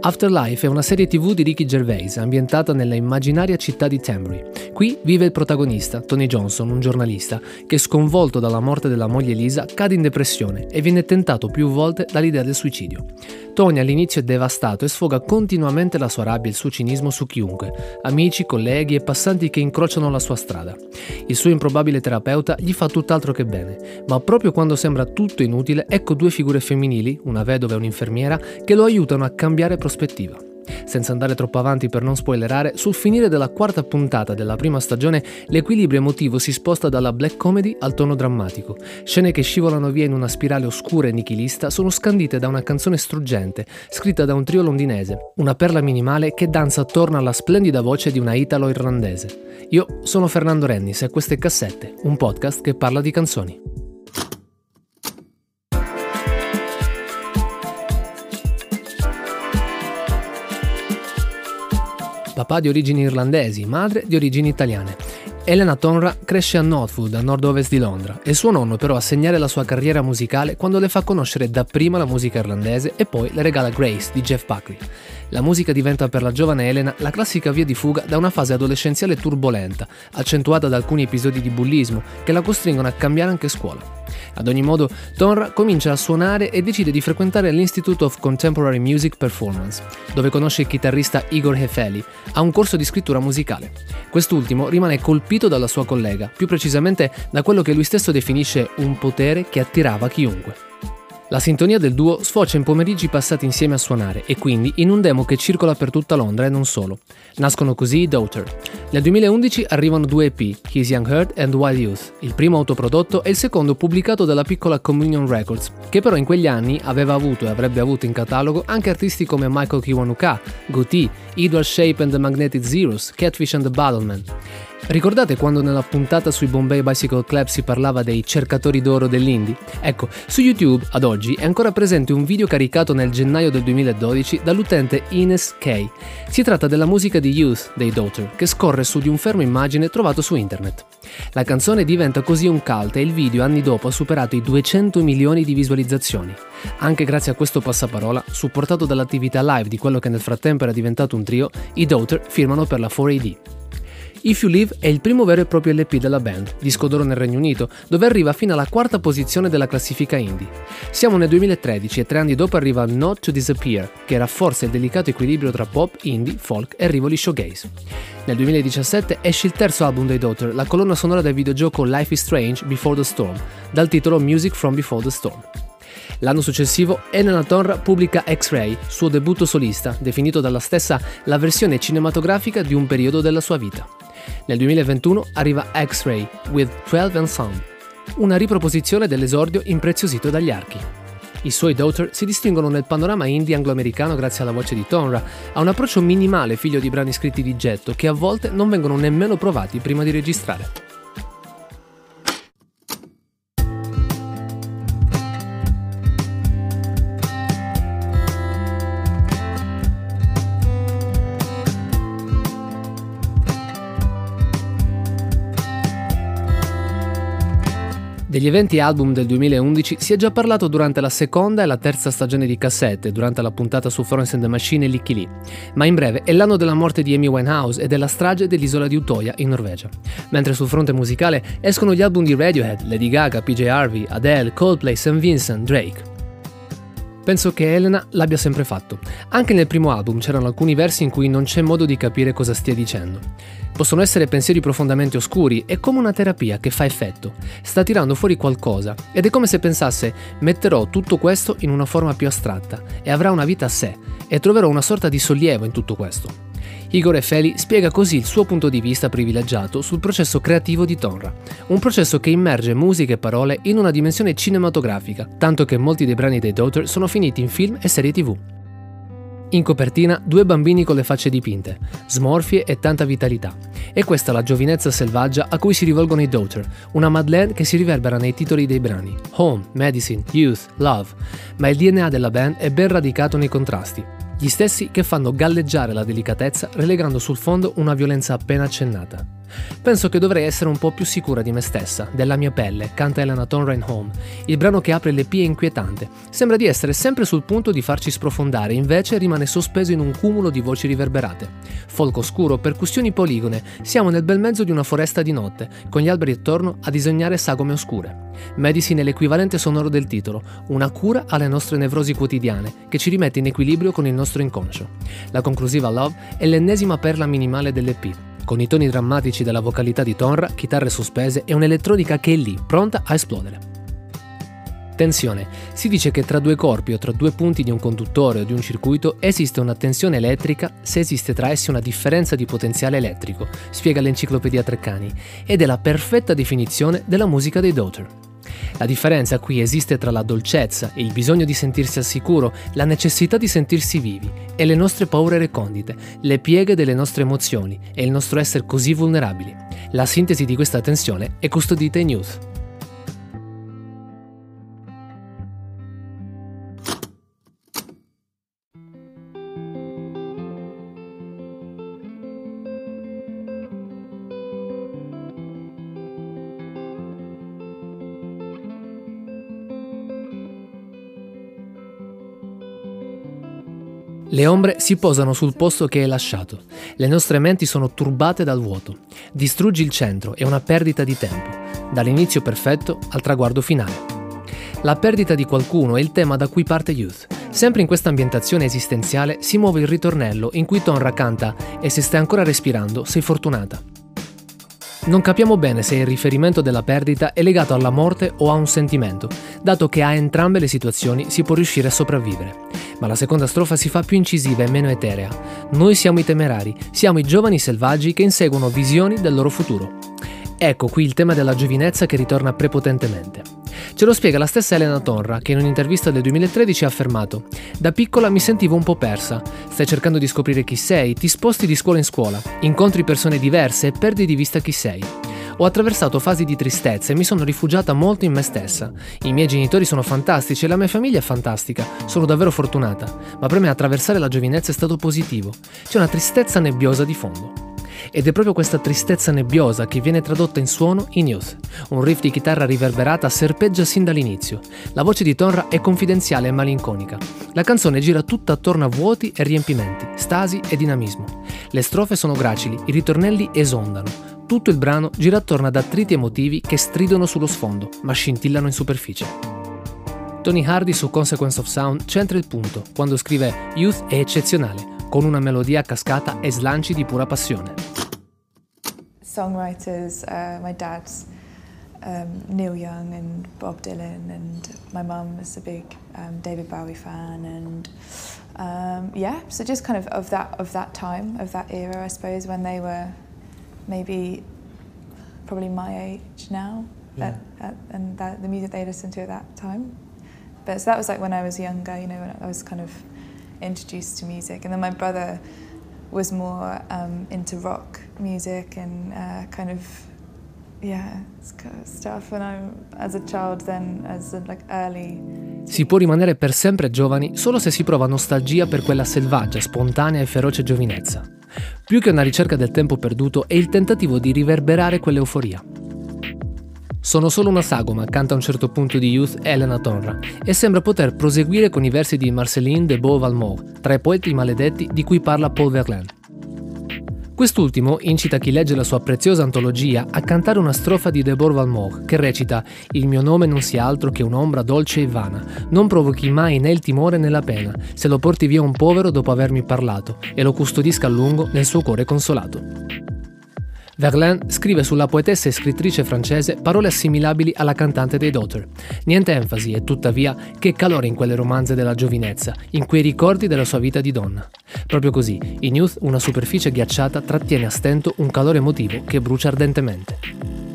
Afterlife è una serie TV di Ricky Gervais ambientata nella immaginaria città di Tambry. Qui vive il protagonista, Tony Johnson, un giornalista, che sconvolto dalla morte della moglie Lisa cade in depressione e viene tentato più volte dall'idea del suicidio. Tony all'inizio è devastato e sfoga continuamente la sua rabbia e il suo cinismo su chiunque, amici, colleghi e passanti che incrociano la sua strada. Il suo improbabile terapeuta gli fa tutt'altro che bene, ma proprio quando sembra tutto inutile, ecco due figure femminili, una vedova e un'infermiera, che lo aiutano a cambiare prospettiva. Senza andare troppo avanti per non spoilerare, sul finire della quarta puntata della prima stagione l'equilibrio emotivo si sposta dalla black comedy al tono drammatico. Scene che scivolano via in una spirale oscura e nichilista sono scandite da una canzone struggente, scritta da un trio londinese, una perla minimale che danza attorno alla splendida voce di una italo-irlandese. Io sono Fernando Rennis e questo è Cassette, un podcast che parla di canzoni. Papà di origini irlandesi, madre di origini italiane. Elena Tonra cresce a Northwood, a nord-ovest di Londra, e suo nonno però a segnare la sua carriera musicale quando le fa conoscere dapprima la musica irlandese e poi le regala Grace di Jeff Buckley. La musica diventa per la giovane Elena la classica via di fuga da una fase adolescenziale turbolenta, accentuata da alcuni episodi di bullismo che la costringono a cambiare anche scuola. Ad ogni modo, Tonra comincia a suonare e decide di frequentare l'Institute of Contemporary Music Performance, dove conosce il chitarrista Igor Hefeli, a un corso di scrittura musicale. Quest'ultimo rimane colpito dalla sua collega, più precisamente da quello che lui stesso definisce un potere che attirava chiunque. La sintonia del duo sfocia in pomeriggi passati insieme a suonare e quindi in un demo che circola per tutta Londra e non solo. Nascono così i Daughter. Nel 2011 arrivano due EP, His Young Heart and Wild Youth, il primo autoprodotto e il secondo pubblicato dalla piccola Communion Records, che però in quegli anni aveva avuto e avrebbe avuto in catalogo anche artisti come Michael Kiwanuka, Guti, Edward Shape and the Magnetic Zeros, Catfish and the Battleman. Ricordate quando nella puntata sui Bombay Bicycle Club si parlava dei cercatori d'oro dell'indie? Ecco, su YouTube ad oggi è ancora presente un video caricato nel gennaio del 2012 dall'utente Ines K. Si tratta della musica di Youth dei Daughter, che scorre su di un fermo immagine trovato su internet. La canzone diventa così un cult e il video anni dopo ha superato i 200 milioni di visualizzazioni. Anche grazie a questo passaparola, supportato dall'attività live di quello che nel frattempo era diventato un trio, i Daughter firmano per la 4AD. If You Live è il primo vero e proprio LP della band, disco d'oro nel Regno Unito, dove arriva fino alla quarta posizione della classifica indie. Siamo nel 2013 e 3 anni dopo arriva Not to Disappear, che rafforza il delicato equilibrio tra pop, indie, folk e rivoli showgaze. Nel 2017 esce il terzo album dei Daughter, la colonna sonora del videogioco Life is Strange Before the Storm, dal titolo Music from Before the Storm. L'anno successivo Elena Tonra pubblica X-Ray, suo debutto solista, definito dalla stessa la versione cinematografica di un periodo della sua vita. Nel 2021 arriva X-Ray with 12 Ensemble, una riproposizione dell'esordio impreziosito dagli archi. I suoi Daughter si distinguono nel panorama indie anglo-americano grazie alla voce di Tonra, a un approccio minimale figlio di brani scritti di getto che a volte non vengono nemmeno provati prima di registrare. Degli eventi album del 2011 si è già parlato durante la seconda e la terza stagione di Cassette, durante la puntata su Florence and the Machine e Licky Lee. Ma in breve è l'anno della morte di Amy Winehouse e della strage dell'isola di Utoya in Norvegia. Mentre sul fronte musicale escono gli album di Radiohead, Lady Gaga, PJ Harvey, Adele, Coldplay, St. Vincent, Drake. Penso che Elena l'abbia sempre fatto. Anche nel primo album c'erano alcuni versi in cui non c'è modo di capire cosa stia dicendo. Possono essere pensieri profondamente oscuri, è come una terapia che fa effetto. Sta tirando fuori qualcosa ed è come se pensasse: metterò tutto questo in una forma più astratta e avrà una vita a sé e troverò una sorta di sollievo in tutto questo. Igor Hefeli spiega così il suo punto di vista privilegiato sul processo creativo di Tonra, un processo che immerge musica e parole in una dimensione cinematografica, tanto che molti dei brani dei Daughter sono finiti in film e serie TV. In copertina, due bambini con le facce dipinte, smorfie e tanta vitalità. E questa la giovinezza selvaggia a cui si rivolgono i Daughter, una Madeleine che si riverbera nei titoli dei brani, Home, Medicine, Youth, Love, ma il DNA della band è ben radicato nei contrasti. Gli stessi che fanno galleggiare la delicatezza relegando sul fondo una violenza appena accennata. Penso che dovrei essere un po' più sicura di me stessa, della mia pelle, canta Helena Tonra in Home. Il brano che apre l'EP è inquietante. Sembra di essere sempre sul punto di farci sprofondare, invece rimane sospeso in un cumulo di voci riverberate. Folk oscuro, percussioni poligone, siamo nel bel mezzo di una foresta di notte, con gli alberi attorno a disegnare sagome oscure. Medicine è l'equivalente sonoro del titolo, una cura alle nostre nevrosi quotidiane, che ci rimette in equilibrio con il nostro inconscio. La conclusiva Love è l'ennesima perla minimale dell'EP. Con i toni drammatici della vocalità di Tonra, chitarre sospese e un'elettronica che è lì, pronta a esplodere. Tensione. Si dice che tra due corpi o tra due punti di un conduttore o di un circuito esiste una tensione elettrica se esiste tra essi una differenza di potenziale elettrico, spiega l'enciclopedia Treccani, ed è la perfetta definizione della musica dei Daughter. La differenza qui esiste tra la dolcezza e il bisogno di sentirsi al sicuro, la necessità di sentirsi vivi e le nostre paure recondite, le pieghe delle nostre emozioni e il nostro essere così vulnerabili. La sintesi di questa tensione è custodita in Youth. Le ombre si posano sul posto che hai lasciato. Le nostre menti sono turbate dal vuoto. Distruggi il centro, è una perdita di tempo, dall'inizio perfetto al traguardo finale. La perdita di qualcuno è il tema da cui parte Youth. Sempre in questa ambientazione esistenziale si muove il ritornello in cui Tonra canta «E se stai ancora respirando, sei fortunata». Non capiamo bene se il riferimento della perdita è legato alla morte o a un sentimento, dato che a entrambe le situazioni si può riuscire a sopravvivere. Ma la seconda strofa si fa più incisiva e meno eterea. Noi siamo i temerari, siamo i giovani selvaggi che inseguono visioni del loro futuro. Ecco qui il tema della giovinezza che ritorna prepotentemente. Ce lo spiega la stessa Helena Tonra, che in un'intervista del 2013 ha affermato: «Da piccola mi sentivo un po' persa. Stai cercando di scoprire chi sei, ti sposti di scuola in scuola, incontri persone diverse e perdi di vista chi sei. Ho attraversato fasi di tristezza e mi sono rifugiata molto in me stessa. I miei genitori sono fantastici e la mia famiglia è fantastica, sono davvero fortunata, ma per me attraversare la giovinezza è stato positivo. C'è una tristezza nebbiosa di fondo». Ed è proprio questa tristezza nebbiosa che viene tradotta in suono in Youth. Un riff di chitarra riverberata serpeggia sin dall'inizio. La voce di Tonra è confidenziale e malinconica. La canzone gira tutta attorno a vuoti e riempimenti, stasi e dinamismo. Le strofe sono gracili, i ritornelli esondano. Tutto il brano gira attorno ad attriti emotivi che stridono sullo sfondo, ma scintillano in superficie. Tony Hardy su Consequence of Sound centra il punto quando scrive «Youth è eccezionale», con una melodia a cascata e slanci di pura passione. Songwriters, my dad's Neil Young and Bob Dylan, and my mum is a big David Bowie fan, and yeah, so just kind of that time, of that era, I suppose, when they were maybe probably my age now, yeah. And the music they listened to at that time. But so that was like when I was younger, you know, when I was kind of introduced to music, and then my brother was more into rock music and kind of stuff when I as a child, then as a, like early. Si può rimanere per sempre giovani solo se si prova nostalgia per quella selvaggia, spontanea e feroce giovinezza. Più che una ricerca del tempo perduto è il tentativo di riverberare quell'euforia. Sono solo una sagoma, canta a un certo punto di Youth Helena Tonra, e sembra poter proseguire con i versi di Marceline de Beau-Valmore, tra i poeti maledetti di cui parla Paul Verlaine. Quest'ultimo incita chi legge la sua preziosa antologia a cantare una strofa di de Beau-Valmore che recita «Il mio nome non sia altro che un'ombra dolce e vana, non provochi mai né il timore né la pena, se lo porti via un povero dopo avermi parlato e lo custodisca a lungo nel suo cuore consolato». Verlaine scrive sulla poetessa e scrittrice francese parole assimilabili alla cantante dei Daughter. Niente enfasi e tuttavia che calore in quelle romanze della giovinezza, in quei ricordi della sua vita di donna. Proprio così, in Youth una superficie ghiacciata trattiene a stento un calore emotivo che brucia ardentemente.